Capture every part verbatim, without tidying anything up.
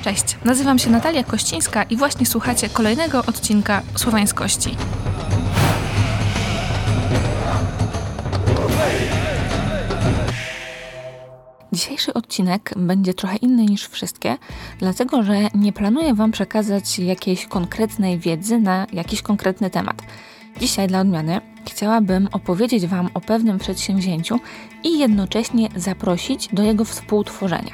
Cześć, nazywam się Natalia Kościńska i właśnie słuchacie kolejnego odcinka Słowiańskości. Dzisiejszy odcinek będzie trochę inny niż wszystkie, dlatego że nie planuję Wam przekazać jakiejś konkretnej wiedzy na jakiś konkretny temat. Dzisiaj dla odmiany chciałabym opowiedzieć Wam o pewnym przedsięwzięciu i jednocześnie zaprosić do jego współtworzenia.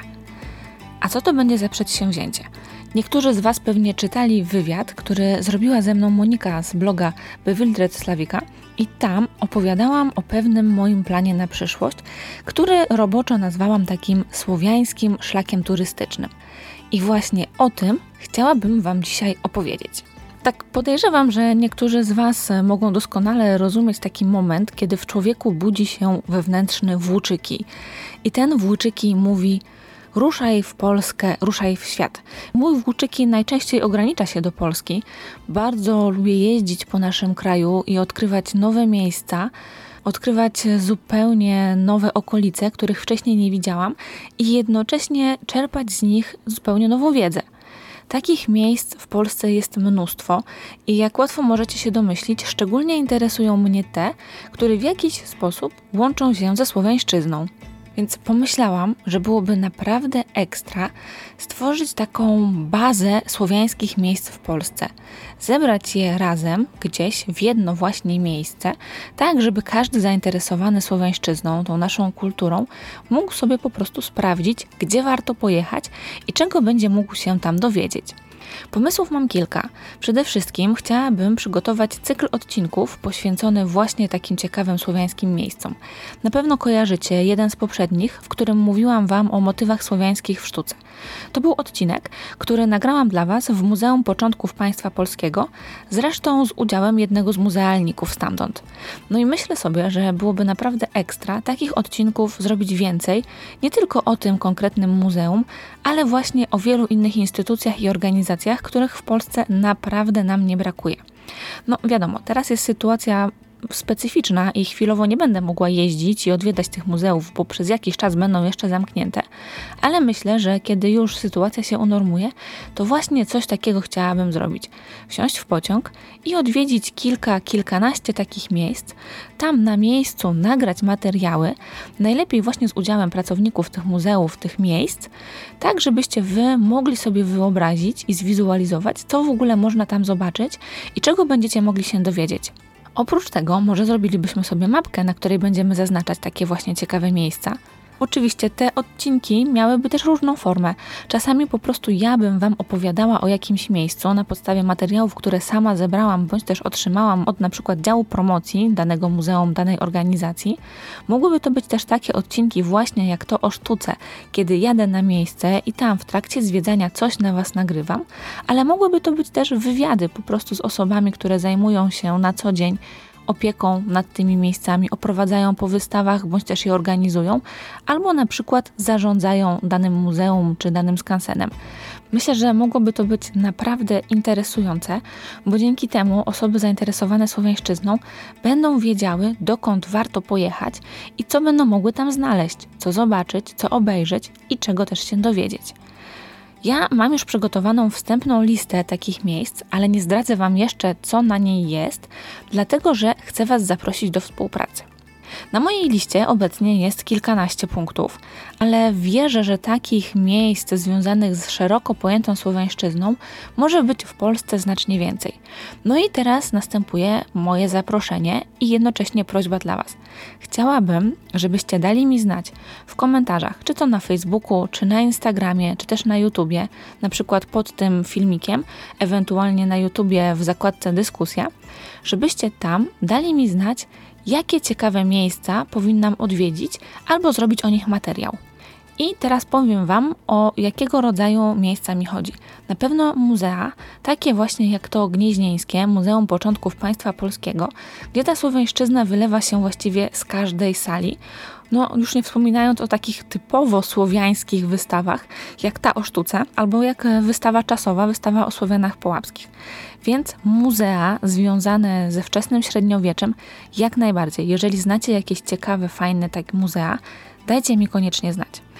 A co to będzie za przedsięwzięcie? Niektórzy z Was pewnie czytali wywiad, który zrobiła ze mną Monika z bloga Bewildred Slawika i tam opowiadałam o pewnym moim planie na przyszłość, który roboczo nazwałam takim słowiańskim szlakiem turystycznym. I właśnie o tym chciałabym Wam dzisiaj opowiedzieć. Tak podejrzewam, że niektórzy z Was mogą doskonale rozumieć taki moment, kiedy w człowieku budzi się wewnętrzny włóczyki. I ten włóczyki mówi: ruszaj w Polskę, ruszaj w świat. Mój włóczyki najczęściej ogranicza się do Polski. Bardzo lubię jeździć po naszym kraju i odkrywać nowe miejsca, odkrywać zupełnie nowe okolice, których wcześniej nie widziałam i jednocześnie czerpać z nich zupełnie nową wiedzę. Takich miejsc w Polsce jest mnóstwo i jak łatwo możecie się domyślić, szczególnie interesują mnie te, które w jakiś sposób łączą się ze słowiańszczyzną. Więc pomyślałam, że byłoby naprawdę ekstra stworzyć taką bazę słowiańskich miejsc w Polsce. Zebrać je razem gdzieś w jedno właśnie miejsce, tak żeby każdy zainteresowany słowiańszczyzną, tą naszą kulturą, mógł sobie po prostu sprawdzić, gdzie warto pojechać i czego będzie mógł się tam dowiedzieć. Pomysłów mam kilka. Przede wszystkim chciałabym przygotować cykl odcinków poświęcony właśnie takim ciekawym słowiańskim miejscom. Na pewno kojarzycie jeden z poprzednich, w którym mówiłam Wam o motywach słowiańskich w sztuce. To był odcinek, który nagrałam dla Was w Muzeum Początków Państwa Polskiego, zresztą z udziałem jednego z muzealników stamtąd. No i myślę sobie, że byłoby naprawdę ekstra takich odcinków zrobić więcej, nie tylko o tym konkretnym muzeum, ale właśnie o wielu innych instytucjach i organizacjach, których w Polsce naprawdę nam nie brakuje. No wiadomo, teraz jest sytuacja specyficzna i chwilowo nie będę mogła jeździć i odwiedzać tych muzeów, bo przez jakiś czas będą jeszcze zamknięte, ale myślę, że kiedy już sytuacja się unormuje, to właśnie coś takiego chciałabym zrobić. Wsiąść w pociąg i odwiedzić kilka, kilkanaście takich miejsc, tam na miejscu nagrać materiały, najlepiej właśnie z udziałem pracowników tych muzeów, tych miejsc, tak żebyście Wy mogli sobie wyobrazić i zwizualizować, co w ogóle można tam zobaczyć i czego będziecie mogli się dowiedzieć. Oprócz tego może zrobilibyśmy sobie mapkę, na której będziemy zaznaczać takie właśnie ciekawe miejsca. Oczywiście te odcinki miałyby też różną formę. Czasami po prostu ja bym Wam opowiadała o jakimś miejscu na podstawie materiałów, które sama zebrałam, bądź też otrzymałam od na przykład działu promocji danego muzeum, danej organizacji. Mogłyby to być też takie odcinki właśnie jak to o sztuce, kiedy jadę na miejsce i tam w trakcie zwiedzania coś na Was nagrywam, ale mogłyby to być też wywiady po prostu z osobami, które zajmują się na co dzień opieką nad tymi miejscami, oprowadzają po wystawach, bądź też je organizują, albo na przykład zarządzają danym muzeum czy danym skansenem. Myślę, że mogłoby to być naprawdę interesujące, bo dzięki temu osoby zainteresowane słowiańszczyzną będą wiedziały, dokąd warto pojechać i co będą mogły tam znaleźć, co zobaczyć, co obejrzeć i czego też się dowiedzieć. Ja mam już przygotowaną wstępną listę takich miejsc, ale nie zdradzę Wam jeszcze, co na niej jest, dlatego że chcę Was zaprosić do współpracy. Na mojej liście obecnie jest kilkanaście punktów, ale wierzę, że takich miejsc związanych z szeroko pojętą słowiańszczyzną może być w Polsce znacznie więcej. No i teraz następuje moje zaproszenie i jednocześnie prośba dla Was. Chciałabym, żebyście dali mi znać w komentarzach, czy to na Facebooku, czy na Instagramie, czy też na YouTubie, na przykład pod tym filmikiem, ewentualnie na YouTubie w zakładce dyskusja, żebyście tam dali mi znać, jakie ciekawe miejsca powinnam odwiedzić albo zrobić o nich materiał. I teraz powiem Wam, o jakiego rodzaju miejsca mi chodzi. Na pewno muzea, takie właśnie jak to gnieźnieńskie, Muzeum Początków Państwa Polskiego, gdzie ta słowiańszczyzna wylewa się właściwie z każdej sali. No już nie wspominając o takich typowo słowiańskich wystawach, jak ta o sztuce, albo jak wystawa czasowa, wystawa o Słowianach Połapskich. Więc muzea związane ze wczesnym średniowieczem jak najbardziej. Jeżeli znacie jakieś ciekawe, fajne takie muzea, dajcie mi koniecznie znać.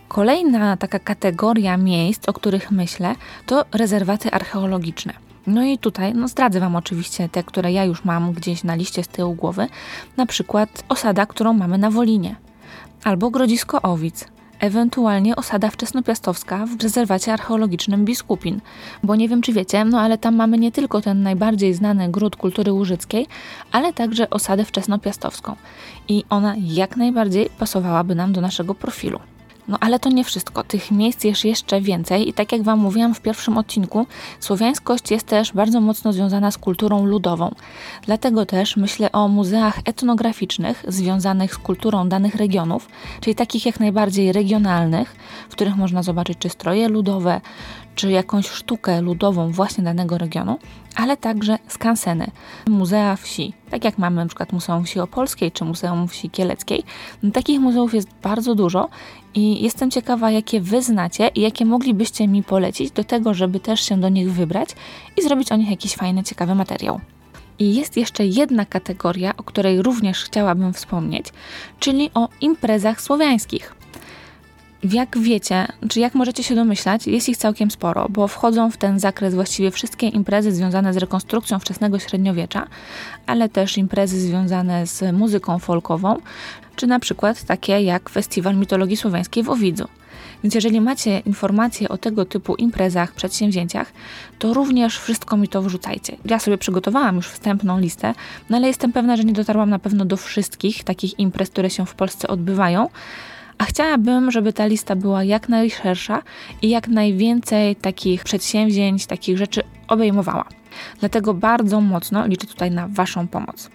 Kolejna taka kategoria miejsc, o których myślę, to rezerwaty archeologiczne. No i tutaj no zdradzę Wam oczywiście te, które ja już mam gdzieś na liście z tyłu głowy, na przykład osada, którą mamy na Wolinie, albo Grodzisko Owic, ewentualnie osada wczesnopiastowska w rezerwacie archeologicznym Biskupin, bo nie wiem czy wiecie, no ale tam mamy nie tylko ten najbardziej znany gród kultury łużyckiej, ale także osadę wczesnopiastowską i ona jak najbardziej pasowałaby nam do naszego profilu. No ale to nie wszystko, tych miejsc jest jeszcze więcej i tak jak Wam mówiłam w pierwszym odcinku, słowiańskość jest też bardzo mocno związana z kulturą ludową. Dlatego też myślę o muzeach etnograficznych związanych z kulturą danych regionów, czyli takich jak najbardziej regionalnych, w których można zobaczyć czy stroje ludowe, czy jakąś sztukę ludową właśnie danego regionu, ale także skanseny, muzea wsi, tak jak mamy na przykład Muzeum Wsi Opolskiej czy Muzeum Wsi Kieleckiej. No, takich muzeów jest bardzo dużo i jestem ciekawa, jakie Wy znacie i jakie moglibyście mi polecić do tego, żeby też się do nich wybrać i zrobić o nich jakiś fajny, ciekawy materiał. I jest jeszcze jedna kategoria, o której również chciałabym wspomnieć, czyli o imprezach słowiańskich. Jak wiecie, czy jak możecie się domyślać, jest ich całkiem sporo, bo wchodzą w ten zakres właściwie wszystkie imprezy związane z rekonstrukcją wczesnego średniowiecza, ale też imprezy związane z muzyką folkową, czy na przykład takie jak Festiwal Mitologii Słowiańskiej w Owidzu. Więc jeżeli macie informacje o tego typu imprezach, przedsięwzięciach, to również wszystko mi to wrzucajcie. Ja sobie przygotowałam już wstępną listę, no ale jestem pewna, że nie dotarłam na pewno do wszystkich takich imprez, które się w Polsce odbywają, a chciałabym, żeby ta lista była jak najszersza i jak najwięcej takich przedsięwzięć, takich rzeczy obejmowała. Dlatego bardzo mocno liczę tutaj na Waszą pomoc.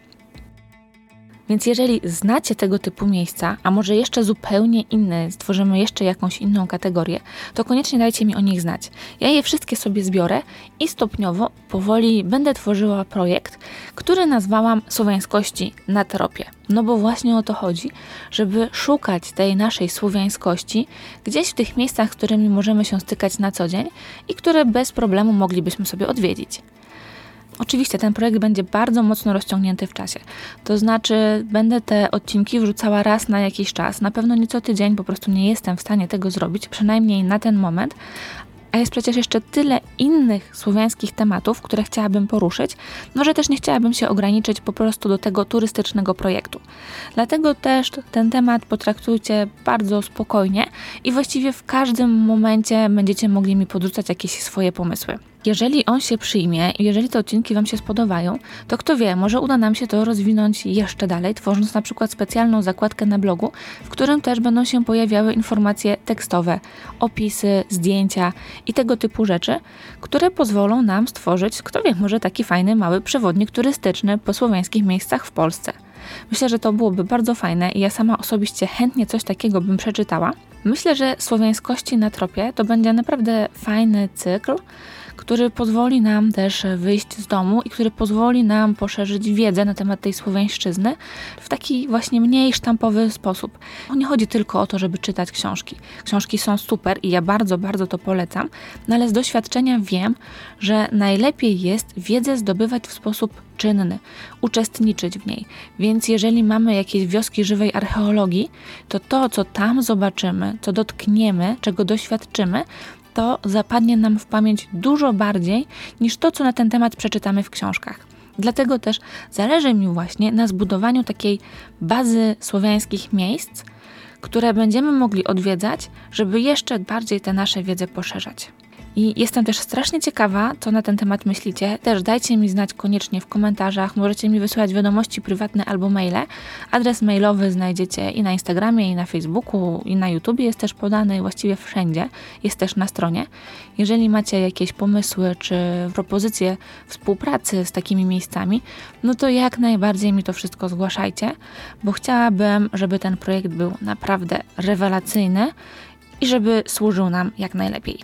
Więc jeżeli znacie tego typu miejsca, a może jeszcze zupełnie inne, stworzymy jeszcze jakąś inną kategorię, to koniecznie dajcie mi o nich znać. Ja je wszystkie sobie zbiorę i stopniowo, powoli będę tworzyła projekt, który nazwałam Słowiańskości na tropie. No bo właśnie o to chodzi, żeby szukać tej naszej słowiańskości gdzieś w tych miejscach, z którymi możemy się stykać na co dzień i które bez problemu moglibyśmy sobie odwiedzić. Oczywiście ten projekt będzie bardzo mocno rozciągnięty w czasie. To znaczy będę te odcinki wrzucała raz na jakiś czas, na pewno nie co tydzień, po prostu nie jestem w stanie tego zrobić, przynajmniej na ten moment. A jest przecież jeszcze tyle innych słowiańskich tematów, które chciałabym poruszyć, no że też nie chciałabym się ograniczyć po prostu do tego turystycznego projektu. Dlatego też ten temat potraktujcie bardzo spokojnie i właściwie w każdym momencie będziecie mogli mi podrzucać jakieś swoje pomysły. Jeżeli on się przyjmie i jeżeli te odcinki Wam się spodobają, to kto wie, może uda nam się to rozwinąć jeszcze dalej, tworząc na przykład specjalną zakładkę na blogu, w którym też będą się pojawiały informacje tekstowe, opisy, zdjęcia i tego typu rzeczy, które pozwolą nam stworzyć, kto wie, może taki fajny, mały przewodnik turystyczny po słowiańskich miejscach w Polsce. Myślę, że to byłoby bardzo fajne i ja sama osobiście chętnie coś takiego bym przeczytała. Myślę, że Słowiańskości na tropie to będzie naprawdę fajny cykl, który pozwoli nam też wyjść z domu i który pozwoli nam poszerzyć wiedzę na temat tej słowiańszczyzny w taki właśnie mniej sztampowy sposób. Nie chodzi tylko o to, żeby czytać książki. Książki są super i ja bardzo, bardzo to polecam, no ale z doświadczenia wiem, że najlepiej jest wiedzę zdobywać w sposób czynny, uczestniczyć w niej. Więc jeżeli mamy jakieś wioski żywej archeologii, to to, co tam zobaczymy, co dotkniemy, czego doświadczymy, to zapadnie nam w pamięć dużo bardziej niż to, co na ten temat przeczytamy w książkach. Dlatego też zależy mi właśnie na zbudowaniu takiej bazy słowiańskich miejsc, które będziemy mogli odwiedzać, żeby jeszcze bardziej tę naszą wiedzę poszerzać. I jestem też strasznie ciekawa, co na ten temat myślicie. Też dajcie mi znać koniecznie w komentarzach. Możecie mi wysyłać wiadomości prywatne albo maile. Adres mailowy znajdziecie i na Instagramie, i na Facebooku, i na YouTubie jest też podany, właściwie wszędzie. Jest też na stronie. Jeżeli macie jakieś pomysły czy propozycje współpracy z takimi miejscami, no to jak najbardziej mi to wszystko zgłaszajcie, bo chciałabym, żeby ten projekt był naprawdę rewelacyjny i żeby służył nam jak najlepiej.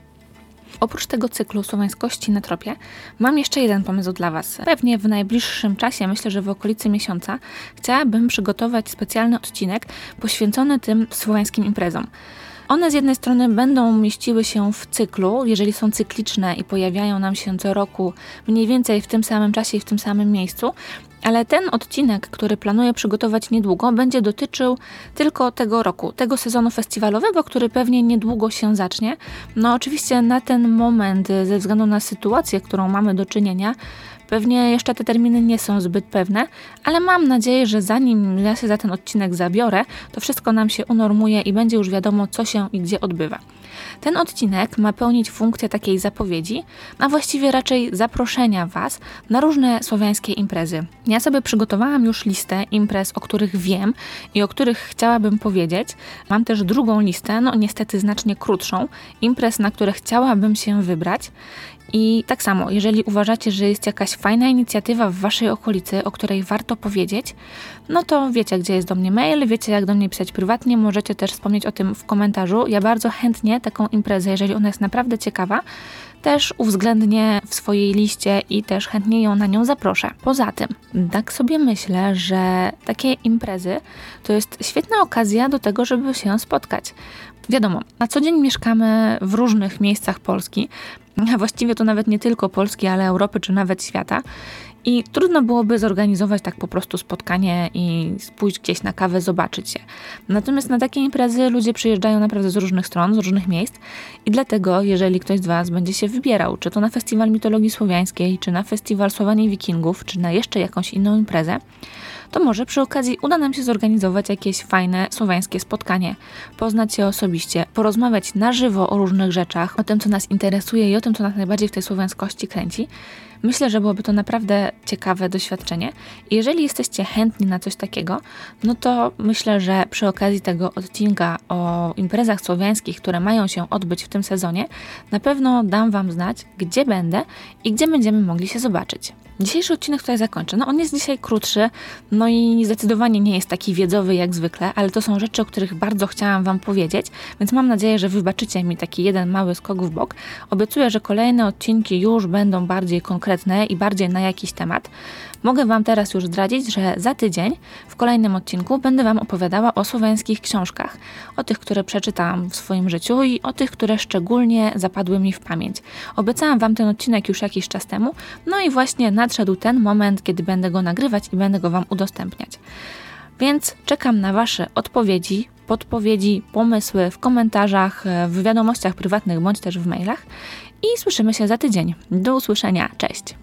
Oprócz tego cyklu Słowiańskości na tropie mam jeszcze jeden pomysł dla Was. Pewnie w najbliższym czasie, myślę, że w okolicy miesiąca, chciałabym przygotować specjalny odcinek poświęcony tym słowiańskim imprezom. One z jednej strony będą mieściły się w cyklu, jeżeli są cykliczne i pojawiają nam się co roku mniej więcej w tym samym czasie i w tym samym miejscu, ale ten odcinek, który planuję przygotować niedługo, będzie dotyczył tylko tego roku, tego sezonu festiwalowego, który pewnie niedługo się zacznie. No oczywiście na ten moment, ze względu na sytuację, którą mamy do czynienia, pewnie jeszcze te terminy nie są zbyt pewne, ale mam nadzieję, że zanim ja się za ten odcinek zabiorę, to wszystko nam się unormuje i będzie już wiadomo, co się i gdzie odbywa. Ten odcinek ma pełnić funkcję takiej zapowiedzi, a właściwie raczej zaproszenia Was na różne słowiańskie imprezy. Ja sobie przygotowałam już listę imprez, o których wiem i o których chciałabym powiedzieć. Mam też drugą listę, no niestety znacznie krótszą, imprez, na które chciałabym się wybrać. I tak samo, jeżeli uważacie, że jest jakaś fajna inicjatywa w Waszej okolicy, o której warto powiedzieć, no to wiecie, gdzie jest do mnie mail, wiecie, jak do mnie pisać prywatnie, możecie też wspomnieć o tym w komentarzu. Ja bardzo chętnie taką imprezę, jeżeli ona jest naprawdę ciekawa, też uwzględnię w swojej liście i też chętnie ją na nią zaproszę. Poza tym, tak sobie myślę, że takie imprezy to jest świetna okazja do tego, żeby się spotkać. Wiadomo, na co dzień mieszkamy w różnych miejscach Polski, a właściwie to nawet nie tylko Polski, ale Europy czy nawet świata. I trudno byłoby zorganizować tak po prostu spotkanie i pójść gdzieś na kawę, zobaczyć się. Natomiast na takie imprezy ludzie przyjeżdżają naprawdę z różnych stron, z różnych miejsc i dlatego, jeżeli ktoś z Was będzie się wybierał, czy to na Festiwal Mitologii Słowiańskiej, czy na Festiwal Słowian Wikingów, czy na jeszcze jakąś inną imprezę, to może przy okazji uda nam się zorganizować jakieś fajne słowiańskie spotkanie, poznać się osobiście, porozmawiać na żywo o różnych rzeczach, o tym, co nas interesuje i o tym, co nas najbardziej w tej słowiańskości kręci. Myślę, że byłoby to naprawdę ciekawe doświadczenie. I jeżeli jesteście chętni na coś takiego, no to myślę, że przy okazji tego odcinka o imprezach słowiańskich, które mają się odbyć w tym sezonie, na pewno dam Wam znać, gdzie będę i gdzie będziemy mogli się zobaczyć. Dzisiejszy odcinek tutaj zakończę. No on jest dzisiaj krótszy, no i zdecydowanie nie jest taki wiedzowy jak zwykle, ale to są rzeczy, o których bardzo chciałam Wam powiedzieć, więc mam nadzieję, że wybaczycie mi taki jeden mały skok w bok. Obiecuję, że kolejne odcinki już będą bardziej konkretne i bardziej na jakiś temat. Mogę Wam teraz już zdradzić, że za tydzień w kolejnym odcinku będę Wam opowiadała o słowiańskich książkach, o tych, które przeczytałam w swoim życiu i o tych, które szczególnie zapadły mi w pamięć. Obiecałam Wam ten odcinek już jakiś czas temu, no i właśnie nadszedł ten moment, kiedy będę go nagrywać i będę go Wam udostępniać. Więc czekam na Wasze odpowiedzi, podpowiedzi, pomysły w komentarzach, w wiadomościach prywatnych bądź też w mailach i słyszymy się za tydzień. Do usłyszenia, cześć!